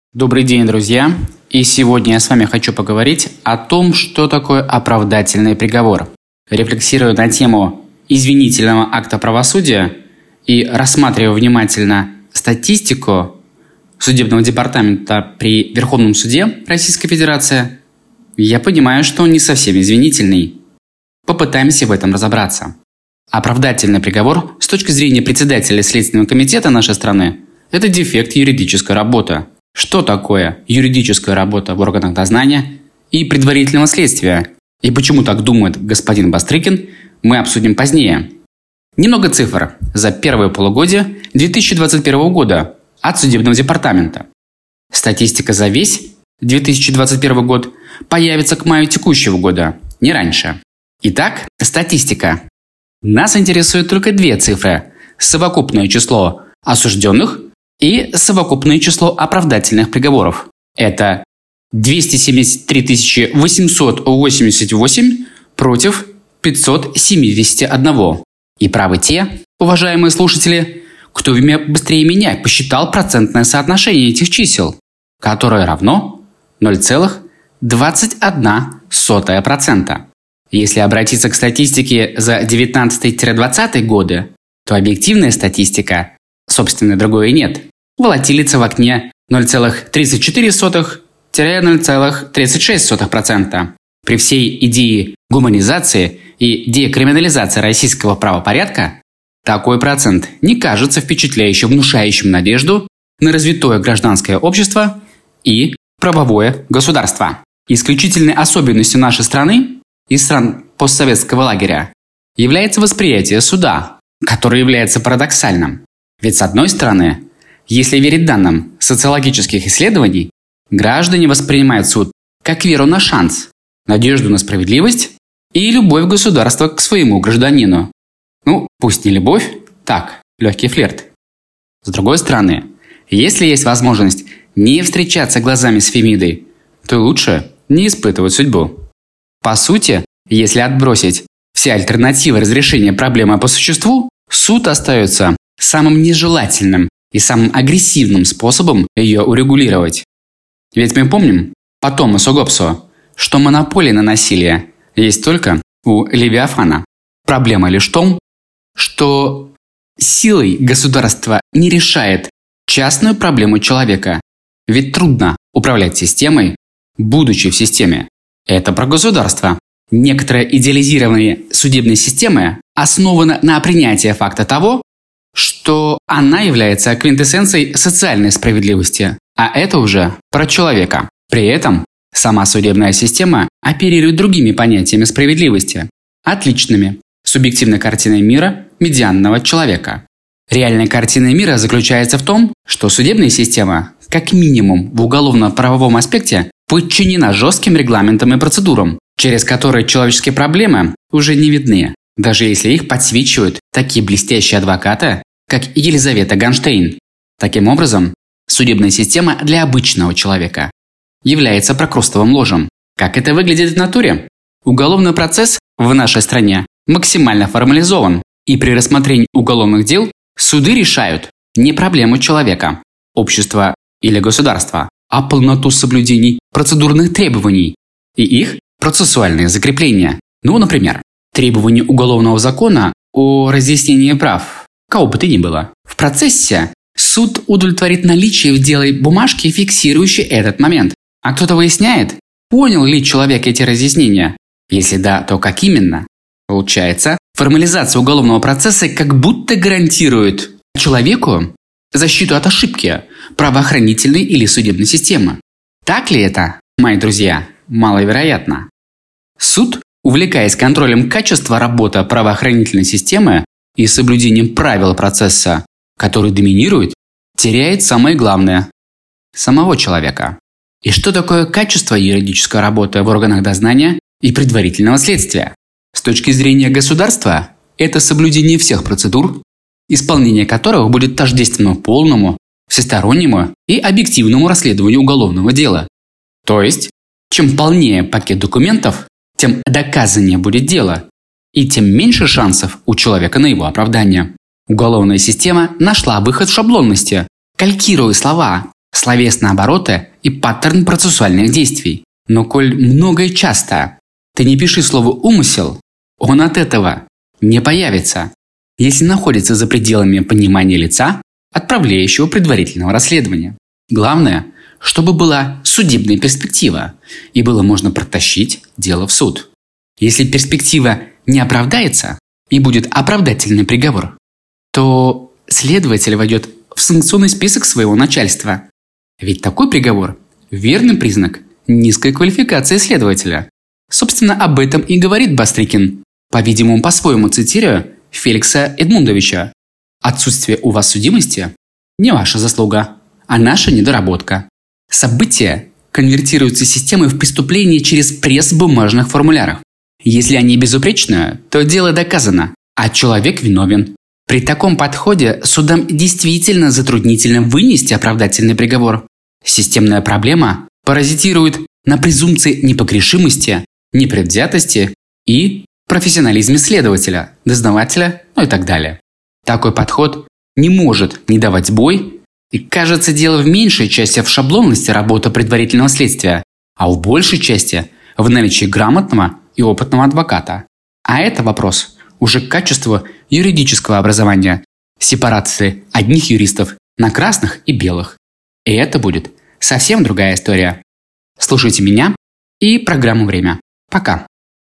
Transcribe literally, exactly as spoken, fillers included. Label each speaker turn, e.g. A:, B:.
A: Добрый день, друзья! И сегодня я с вами хочу поговорить о том, что такое оправдательный приговор. Рефлексируя на тему извинительного акта правосудия и рассматривая внимательно статистику судебного департамента при Верховном суде Российской Федерации, я понимаю, что он не совсем извинительный. Попытаемся в этом разобраться. Оправдательный приговор с точки зрения председателя Следственного комитета нашей страны – это дефект юридической работы. Что такое юридическая работа в органах дознания и предварительного следствия? И почему так думает господин Бастрыкин, мы обсудим позднее. Немного цифр за первое полугодие две тысячи двадцать первого года от судебного департамента. Статистика за весь две тысячи двадцать первый год появится к маю текущего года, не раньше. Итак, статистика. Нас интересуют только две цифры – совокупное число осужденных и совокупное число оправдательных приговоров. Это двести семьдесят три тысячи восемьсот восемьдесят восемь против пятьсот семьдесят один. И правы те, уважаемые слушатели, кто быстрее меня посчитал процентное соотношение этих чисел, которое равно ноль целых двадцать одна сотая процента. Если обратиться к статистике за девятнадцатый-двадцатый годы, то объективная статистика, собственно, другой и нет, волатилится в окне ноль целых тридцать четыре сотых - ноль целых тридцать шесть сотых процента. При всей идее гуманизации и декриминализации российского правопорядка такой процент не кажется впечатляющим, внушающим надежду на развитое гражданское общество и правовое государство. Исключительной особенностью нашей страны и стран постсоветского лагеря является восприятие суда, которое является парадоксальным. Ведь с одной стороны, если верить данным социологических исследований, граждане воспринимают суд как веру на шанс, надежду на справедливость и любовь государства к своему гражданину. Ну, пусть не любовь, так, легкий флирт. С другой стороны, если есть возможность не встречаться глазами с Фемидой, то лучше не испытывать судьбу. По сути, если отбросить все альтернативы разрешения проблемы по существу, суд остается самым нежелательным и самым агрессивным способом ее урегулировать. Ведь мы помним по Томасу Гоббсу, что монополия на насилие есть только у Левиафана. Проблема лишь в том, что силой государство не решает частную проблему человека. Ведь трудно управлять системой, будучи в системе. Это про государство. Некоторые идеализированные судебные системы основаны на принятии факта того, что она является квинтэссенцией социальной справедливости, а это уже про человека. При этом сама судебная система оперирует другими понятиями справедливости, отличными, субъективной картиной мира медианного человека. Реальная картина мира заключается в том, что судебная система, как минимум в уголовно-правовом аспекте, подчинена жестким регламентам и процедурам, через которые человеческие проблемы уже не видны, даже если их подсвечивают такие блестящие адвокаты, как Елизавета Ганштейн. Таким образом, судебная система для обычного человека является прокрустовым ложем. Как это выглядит в натуре? Уголовный процесс в нашей стране максимально формализован, и при рассмотрении уголовных дел суды решают не проблему человека, общества или государства, а полноту соблюдений процедурных требований и их процессуальное закрепление. Ну, например, требования уголовного закона о разъяснении прав, кого бы то ни было. В процессе суд удовлетворит наличие в деле бумажки, фиксирующей этот момент. А кто-то выясняет, понял ли человек эти разъяснения. Если да, то как именно? Получается, формализация уголовного процесса как будто гарантирует человеку защиту от ошибки правоохранительной или судебной системы. Так ли это, мои друзья? Маловероятно. Суд, увлекаясь контролем качества работы правоохранительной системы и соблюдением правил процесса, который доминирует, теряет самое главное – самого человека. И что такое качество юридической работы в органах дознания и предварительного следствия? С точки зрения государства, это соблюдение всех процедур, исполнение которых будет тождественно полному, всестороннему и объективному расследованию уголовного дела. То есть, чем полнее пакет документов, тем доказаннее будет дело, и тем меньше шансов у человека на его оправдание. Уголовная система нашла выход в шаблонности, калькируя слова словесные обороты и паттерн процессуальных действий. Но коль много и часто ты не пиши слово «умысел», он от этого не появится, если находится за пределами понимания лица, отправляющего предварительного расследования. Главное, чтобы была судебная перспектива и было можно протащить дело в суд. Если перспектива не оправдается и будет оправдательный приговор, то следователь войдет в санкционный список своего начальства. Ведь такой приговор – верный признак низкой квалификации следователя. Собственно, об этом и говорит Бастрыкин, по-видимому, по-своему цитируя Феликса Эдмундовича. «Отсутствие у вас судимости – не ваша заслуга, а наша недоработка. События конвертируются системой в преступление через пресс в бумажных формулярах. Если они безупречны, то дело доказано, а человек виновен. При таком подходе судам действительно затруднительно вынести оправдательный приговор. Системная проблема паразитирует на презумпции непогрешимости, непредвзятости и профессионализме следователя, дознавателя, ну и так далее. Такой подход не может не давать сбой, и кажется, дело в меньшей части в шаблонности работы предварительного следствия, а в большей части в наличии грамотного и опытного адвоката. А это вопрос уже к качеству юридического образования, сепарации одних юристов на красных и белых. И это будет совсем другая история. Слушайте меня и программу «Время». Пока.